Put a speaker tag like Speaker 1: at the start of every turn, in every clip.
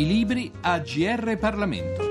Speaker 1: I libri a GR Parlamento.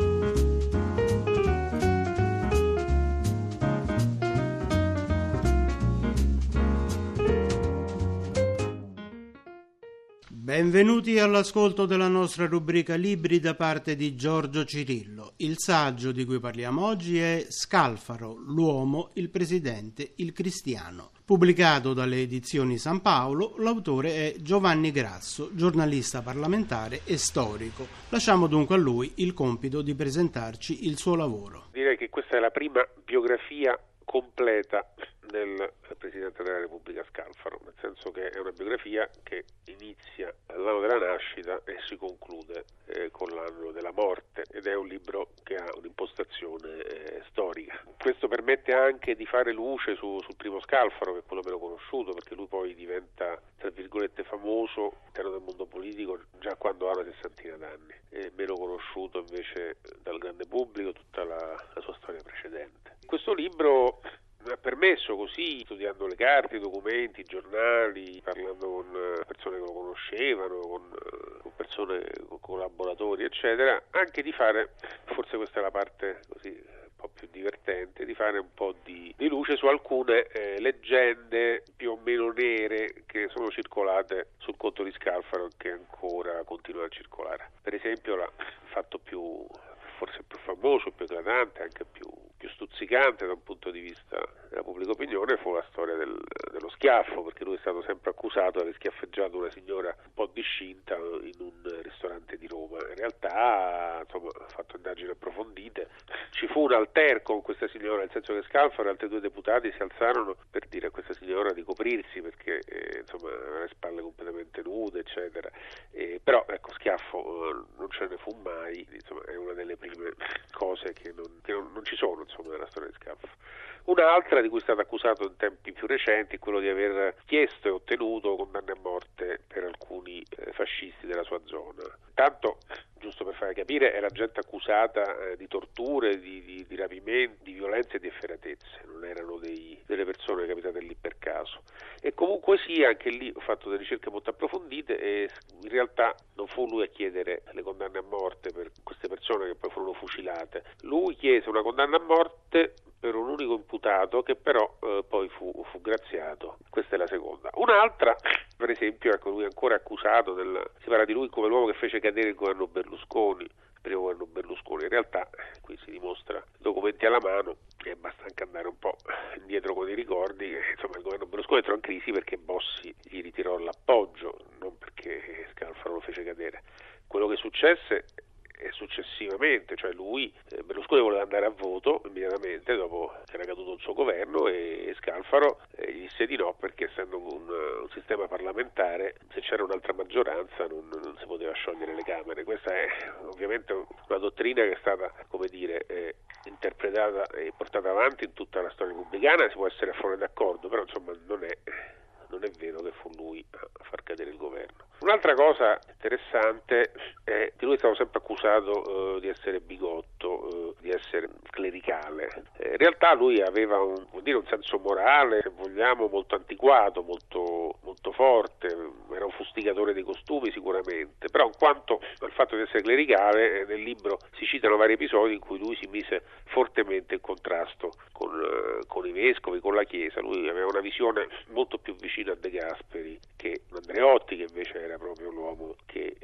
Speaker 2: Benvenuti all'ascolto della nostra rubrica Libri da parte di Giorgio Cirillo. Il saggio di cui parliamo oggi è Scalfaro, l'uomo, il presidente, il cristiano. Pubblicato dalle edizioni San Paolo, l'autore è Giovanni Grasso, giornalista parlamentare e storico. Lasciamo dunque a lui il compito di presentarci il suo lavoro.
Speaker 3: Direi che questa è la prima biografia completa del Presidente della Repubblica Scalfaro, nel senso che è una biografia che inizia all'anno della nascita e si conclude con l'anno della morte, ed è un libro che ha un'impostazione storica. Questo permette anche di fare luce sul primo Scalfaro, che è quello meno conosciuto, perché lui poi diventa, tra virgolette, famoso all'interno del mondo politico già quando ha una sessantina d'anni, è meno conosciuto invece dal grande pubblico tutta la sua storia precedente. Questo libro mi ha permesso, così, studiando le carte, i documenti, i giornali, parlando con persone che lo conoscevano, con persone, con collaboratori, eccetera, anche di fare, forse questa è la parte così un po' più divertente, di fare un po' di luce su alcune leggende più o meno nere che sono circolate sul conto di Scalfaro e che ancora continuano a circolare. Per esempio, il fatto forse più famoso, più eclatante, anche più stuzzicante da un punto di vista della pubblica opinione fu la storia dello schiaffo, perché lui è stato sempre accusato di aver schiaffeggiato una signora un po' discinta in un ristorante di Roma. In realtà, insomma, ha fatto indagini approfondite, ci fu un alterco con questa signora, nel senso che Scalfaro e altri due deputati si alzarono per dire a questa signora di coprirsi perché insomma aveva le spalle completamente nude, eccetera. Però ecco, schiaffo non ce ne fu mai, insomma è una delle prime cose che non ci sono, insomma, nella storia di Scalfaro. Un'altra di cui è stato accusato in tempi più recenti è quello di aver chiesto e ottenuto condanne a morte per alcuni fascisti della sua zona. Tanto, giusto per fare capire, era gente accusata di torture, di rapimenti, di violenze e di efferatezze, non erano delle persone capitate lì per caso. E comunque sia, anche lì ho fatto delle ricerche molto approfondite e in realtà non fu lui a chiedere le condanne a morte per queste persone che poi furono fucilate. Lui chiese una condanna a morte per un unico imputato che però poi fu graziato. Questa è la seconda. Un'altra, per esempio, ecco, lui è ancora accusato, si parla di lui come l'uomo che fece cadere il governo Berlusconi, il primo governo Berlusconi. In realtà qui si dimostra, documenti alla mano, e basta anche andare un po' indietro con i ricordi, che insomma il governo Berlusconi entrò in crisi perché Bossi gli ritirò l'appoggio, non perché Scalfaro lo fece cadere. Quello che successe e successivamente, cioè Berlusconi voleva andare a voto immediatamente dopo che era caduto il suo governo e Scalfaro gli disse di no, perché essendo un sistema parlamentare, se c'era un'altra maggioranza non si poteva sciogliere le Camere. Questa è ovviamente una dottrina che è stata, come dire, interpretata e portata avanti in tutta la storia repubblicana. Si può essere a favore d'accordo, però insomma non è vero che fu lui a far cadere il governo. Un'altra cosa interessante è che lui è stato sempre accusato di essere bigotto, di essere clericale. In realtà lui aveva un senso morale, se vogliamo, molto antiquato, molto, molto forte, era un fustigatore dei costumi sicuramente, però in quanto al fatto di essere clericale, nel libro si citano vari episodi in cui lui si mise fortemente in contrasto con i vescovi, con la Chiesa. Lui aveva una visione molto più vicina a De Gasperi che Andreotti, che invece era proprio l'uomo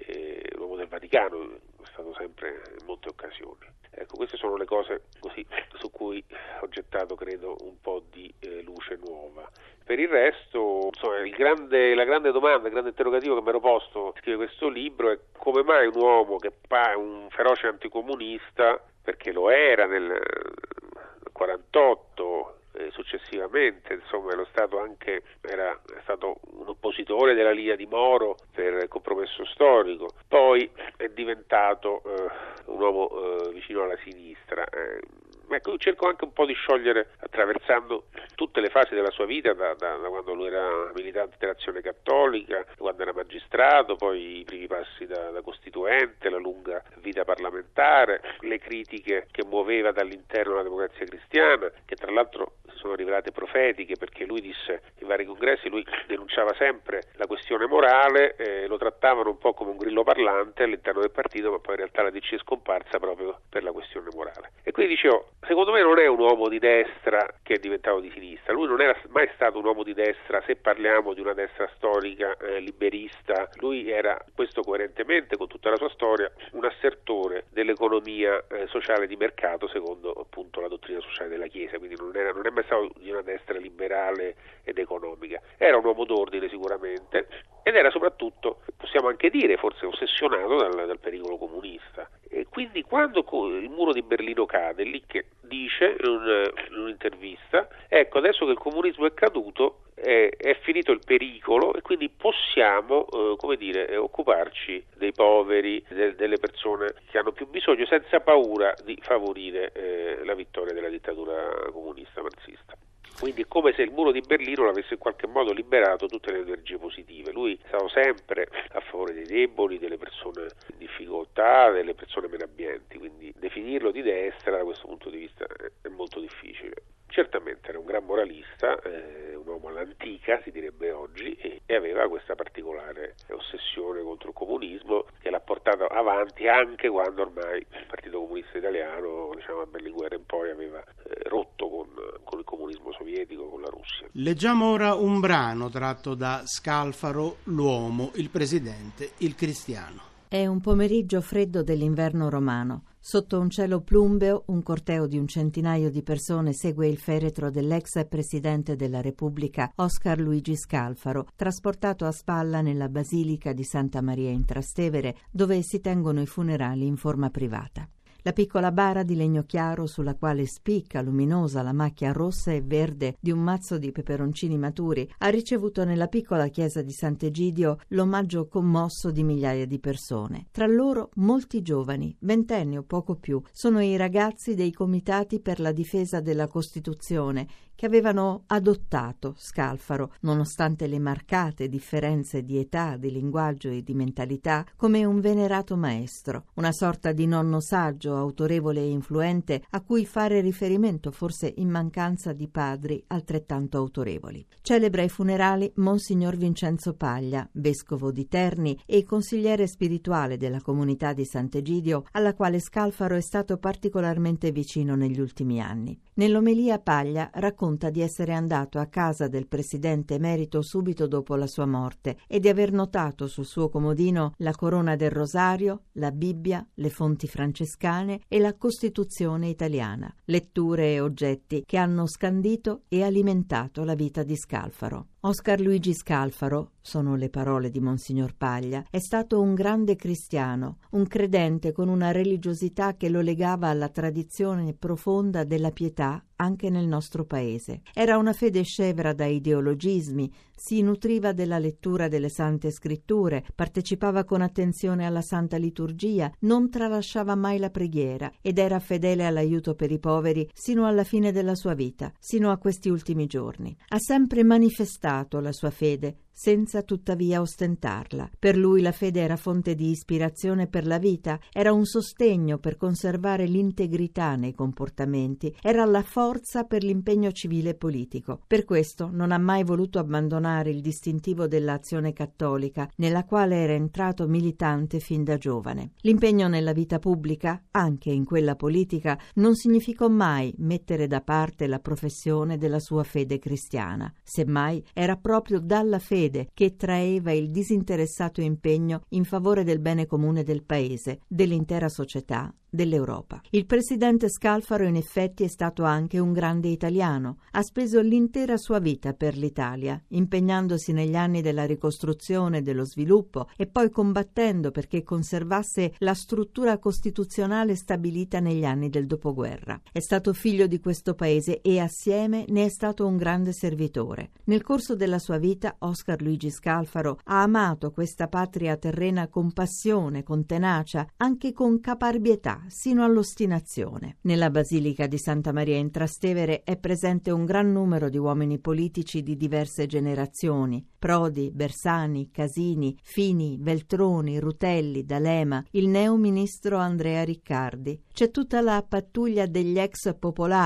Speaker 3: del Vaticano, è stato sempre in molte occasioni. Ecco, queste sono le cose così su cui ho gettato, credo, un po' di luce nuova. Per il resto, insomma, la grande domanda, il grande interrogativo che mi ero posto a scrivere questo libro è come mai un uomo che è un feroce anticomunista, perché lo era nel 48, successivamente, insomma, era stato un oppositore della linea di Moro per compromesso storico, poi è diventato un uomo vicino alla sinistra. Ecco, io cerco anche un po' di sciogliere, attraversando tutte le fasi della sua vita, da quando lui era militante dell'Azione Cattolica, quando era magistrato, poi i primi passi da costituente, la lunga vita parlamentare, le critiche che muoveva dall'interno la Democrazia Cristiana, che tra l'altro si sono rivelate profetiche, perché lui disse in vari congressi, lui denunciava sempre la questione morale, lo trattavano un po' come un grillo parlante all'interno del partito, ma poi in realtà la DC è scomparsa proprio per la questione morale. E quindi dicevo, secondo me non è un uomo di destra che è diventato di sinistra, lui non era mai stato un uomo di destra, se parliamo di una destra storica liberista, lui era, questo coerentemente con tutta la sua storia, un assertore dell'economia sociale di mercato secondo appunto la dottrina sociale della Chiesa, quindi non è mai stato di una destra liberale ed economica, era un uomo d'ordine sicuramente, ed era soprattutto, possiamo anche dire, forse ossessionato dal pericolo comunista. E quindi quando il muro di Berlino cade, lì che dice in un'intervista, ecco, adesso che il comunismo è caduto, è finito il pericolo e quindi possiamo occuparci dei poveri, delle persone che hanno più bisogno, senza paura di favorire la vittoria della dittatura comunista marxista. Quindi è come se il muro di Berlino l'avesse in qualche modo liberato tutte le energie positive. Lui è stato sempre a favore dei deboli, delle persone in difficoltà, delle persone meno abbienti, quindi definirlo di destra da questo punto di vista è molto difficile. Certamente era un gran moralista, un uomo all'antica si direbbe oggi, e aveva questa particolare ossessione contro il comunismo che l'ha portato avanti anche quando ormai il Partito Comunista Italiano, diciamo a Berlinguer in poi, aveva rotto con il comunismo sovietico, con la Russia.
Speaker 2: Leggiamo ora un brano tratto da Scalfaro, l'uomo, il presidente, il cristiano.
Speaker 4: È un pomeriggio freddo dell'inverno romano. Sotto un cielo plumbeo, un corteo di un centinaio di persone segue il feretro dell'ex presidente della Repubblica Oscar Luigi Scalfaro, trasportato a spalla nella Basilica di Santa Maria in Trastevere, dove si tengono i funerali in forma privata. La piccola bara di legno chiaro sulla quale spicca luminosa la macchia rossa e verde di un mazzo di peperoncini maturi ha ricevuto nella piccola chiesa di Sant'Egidio l'omaggio commosso di migliaia di persone. Tra loro molti giovani, ventenni o poco più, sono i ragazzi dei comitati per la difesa della Costituzione che avevano adottato Scalfaro, nonostante le marcate differenze di età, di linguaggio e di mentalità, come un venerato maestro, una sorta di nonno saggio, autorevole e influente, a cui fare riferimento forse in mancanza di padri altrettanto autorevoli. Celebra i funerali Monsignor Vincenzo Paglia, vescovo di Terni e consigliere spirituale della comunità di Sant'Egidio, alla quale Scalfaro è stato particolarmente vicino negli ultimi anni. Nell'omelia Paglia racconta di essere andato a casa del presidente emerito subito dopo la sua morte e di aver notato sul suo comodino la corona del rosario, la Bibbia, le fonti francescane e la Costituzione italiana, letture e oggetti che hanno scandito e alimentato la vita di Scalfaro. Oscar Luigi Scalfaro, sono le parole di Monsignor Paglia, è stato un grande cristiano, un credente con una religiosità che lo legava alla tradizione profonda della pietà anche nel nostro paese. Era una fede scevra da ideologismi, si nutriva della lettura delle Sante Scritture, partecipava con attenzione alla Santa Liturgia, non tralasciava mai la preghiera ed era fedele all'aiuto per i poveri sino alla fine della sua vita, sino a questi ultimi giorni. Ha sempre manifestato la sua fede, senza tuttavia ostentarla. Per lui la fede era fonte di ispirazione per la vita, era un sostegno per conservare l'integrità nei comportamenti, era la forza per l'impegno civile e politico. Per questo non ha mai voluto abbandonare il distintivo dell'azione cattolica, nella quale era entrato militante fin da giovane. L'impegno nella vita pubblica, anche in quella politica, non significò mai mettere da parte la professione della sua fede cristiana. Semmai era proprio dalla fede che traeva il disinteressato impegno in favore del bene comune del paese, dell'intera società, dell'Europa. Il presidente Scalfaro in effetti è stato anche un grande italiano. Ha speso l'intera sua vita per l'Italia, impegnandosi negli anni della ricostruzione e dello sviluppo e poi combattendo perché conservasse la struttura costituzionale stabilita negli anni del dopoguerra. È stato figlio di questo paese e assieme ne è stato un grande servitore. Nel corso della sua vita Oscar Luigi Scalfaro ha amato questa patria terrena con passione, con tenacia, anche con caparbietà, sino all'ostinazione. Nella Basilica di Santa Maria in Trastevere è presente un gran numero di uomini politici di diverse generazioni: Prodi, Bersani, Casini, Fini, Veltroni, Rutelli, D'Alema, il neo ministro Andrea Riccardi. C'è tutta la pattuglia degli ex popolari,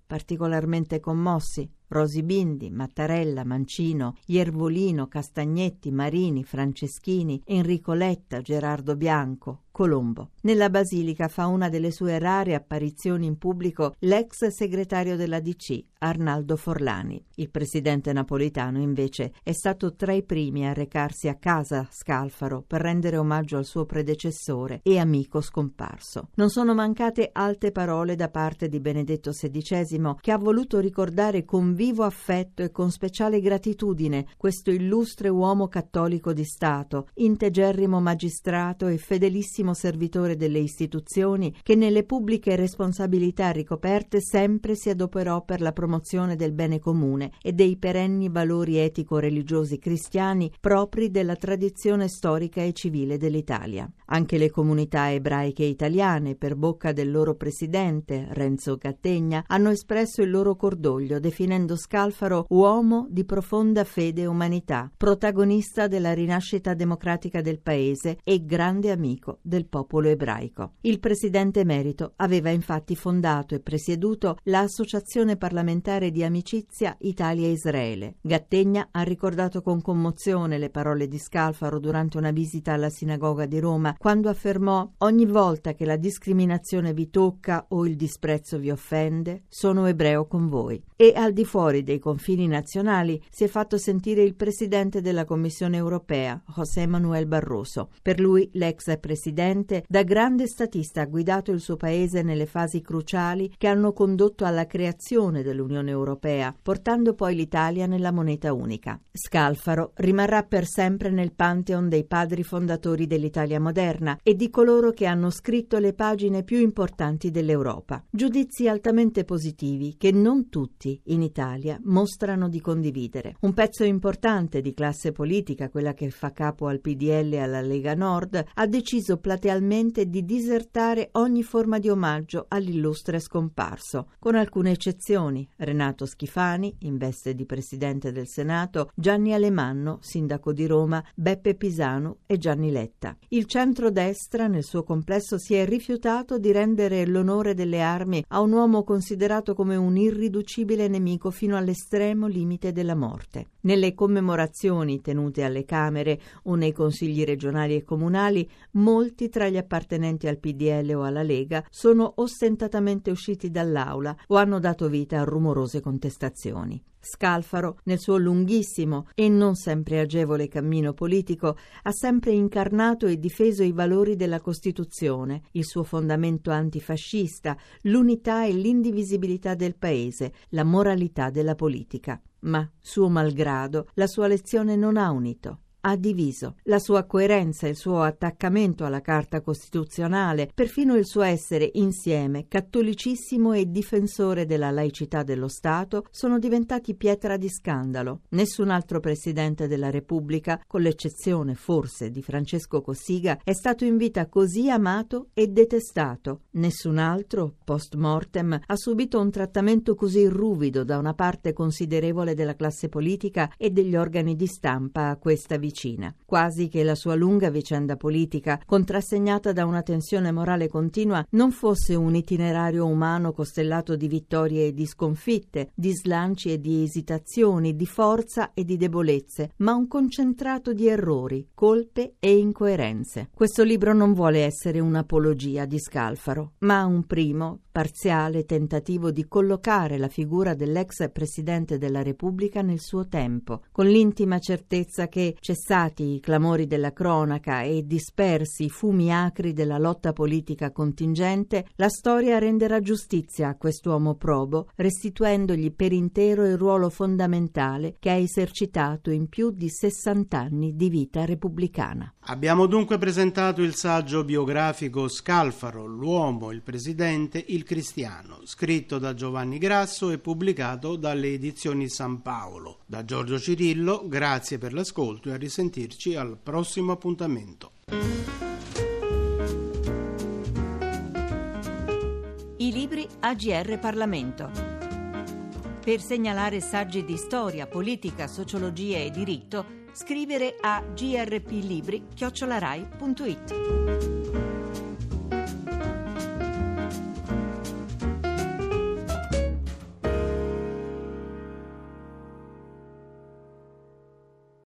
Speaker 4: particolarmente commossi: Rosi Bindi, Mattarella, Mancino, Iervolino, Castagnetti, Marini, Franceschini, Enrico Letta, Gerardo Bianco, Colombo. Nella Basilica fa una delle sue rare apparizioni in pubblico l'ex segretario della DC, Arnaldo Forlani. Il presidente napolitano, invece, è stato tra i primi a recarsi a casa Scalfaro per rendere omaggio al suo predecessore e amico scomparso. Non sono mancate alte parole da parte di Benedetto XVI, che ha voluto ricordare con vivo affetto e con speciale gratitudine questo illustre uomo cattolico di Stato, integerrimo magistrato e fedelissimo servitore delle istituzioni, che nelle pubbliche responsabilità ricoperte sempre si adoperò per la promozione del bene comune e dei perenni valori etico-religiosi cristiani propri della tradizione storica e civile dell'Italia. Anche le comunità ebraiche italiane, per bocca del loro presidente, Renzo Gattegna, hanno espresso il loro cordoglio, definendo Scalfaro uomo di profonda fede e umanità, protagonista della rinascita democratica del paese e grande amico del popolo ebraico. Il presidente emerito aveva infatti fondato e presieduto l'Associazione parlamentare di amicizia Italia-Israele. Gattegna ha ricordato con commozione le parole di Scalfaro durante una visita alla sinagoga di Roma, quando affermò: «Ogni volta che la discriminazione vi tocca o il disprezzo vi offende, sono ebreo con voi». E al di fuori dei confini nazionali si è fatto sentire il presidente della Commissione europea, José Manuel Barroso. Per lui, l'ex presidente, da grande statista, ha guidato il suo paese nelle fasi cruciali che hanno condotto alla creazione dell'Unione Europea, portando poi l'Italia nella moneta unica. Scalfaro rimarrà per sempre nel pantheon dei padri fondatori dell'Italia moderna e di coloro che hanno scritto le pagine più importanti dell'Europa. Giudizi altamente positivi che non tutti in Italia mostrano di condividere. Un pezzo importante di classe politica, quella che fa capo al PDL e alla Lega Nord, ha deciso platealmente di disertare ogni forma di omaggio all'illustre scomparso, con alcune eccezioni: Renato Schifani, in veste di presidente del Senato, Gianni Alemanno, sindaco di Roma, Beppe Pisanu e Gianni Letta. Il centrodestra, nel suo complesso, si è rifiutato di rendere l'onore delle armi a un uomo considerato come un irriducibile nemico fino all'estremo limite della morte. Nelle commemorazioni tenute alle Camere o nei consigli regionali e comunali, molti tra gli appartenenti al PDL o alla Lega sono ostentatamente usciti dall'aula o hanno dato vita a rumorose contestazioni. Scalfaro, nel suo lunghissimo e non sempre agevole cammino politico, ha sempre incarnato e difeso i valori della Costituzione, il suo fondamento antifascista, l'unità e l'indivisibilità del paese, la moralità della politica. Ma, suo malgrado, la sua lezione non ha unito. Ha diviso. La sua coerenza, il suo attaccamento alla Carta Costituzionale, perfino il suo essere insieme cattolicissimo e difensore della laicità dello Stato sono diventati pietra di scandalo. Nessun altro presidente della Repubblica, con l'eccezione forse di Francesco Cossiga, è stato in vita così amato e detestato. Nessun altro, post mortem, ha subito un trattamento così ruvido da una parte considerevole della classe politica e degli organi di stampa a questa vicina. Quasi che la sua lunga vicenda politica, contrassegnata da una tensione morale continua, non fosse un itinerario umano costellato di vittorie e di sconfitte, di slanci e di esitazioni, di forza e di debolezze, ma un concentrato di errori, colpe e incoerenze. Questo libro non vuole essere un'apologia di Scalfaro, ma un primo, parziale tentativo di collocare la figura dell'ex presidente della Repubblica nel suo tempo, con l'intima certezza che, cessati i clamori della cronaca e dispersi i fumi acri della lotta politica contingente, la storia renderà giustizia a quest'uomo probo, restituendogli per intero il ruolo fondamentale che ha esercitato in più di 60 anni di vita repubblicana.
Speaker 2: Abbiamo dunque presentato il saggio biografico Scalfaro, l'uomo, il presidente, il cristiano, scritto da Giovanni Grasso e pubblicato dalle edizioni San Paolo. Da Giorgio Cirillo, grazie per l'ascolto e a risentirci al prossimo appuntamento.
Speaker 4: I libri AGR Parlamento. Per segnalare saggi di storia, politica, sociologia e diritto, scrivere a grplibri@rai.it.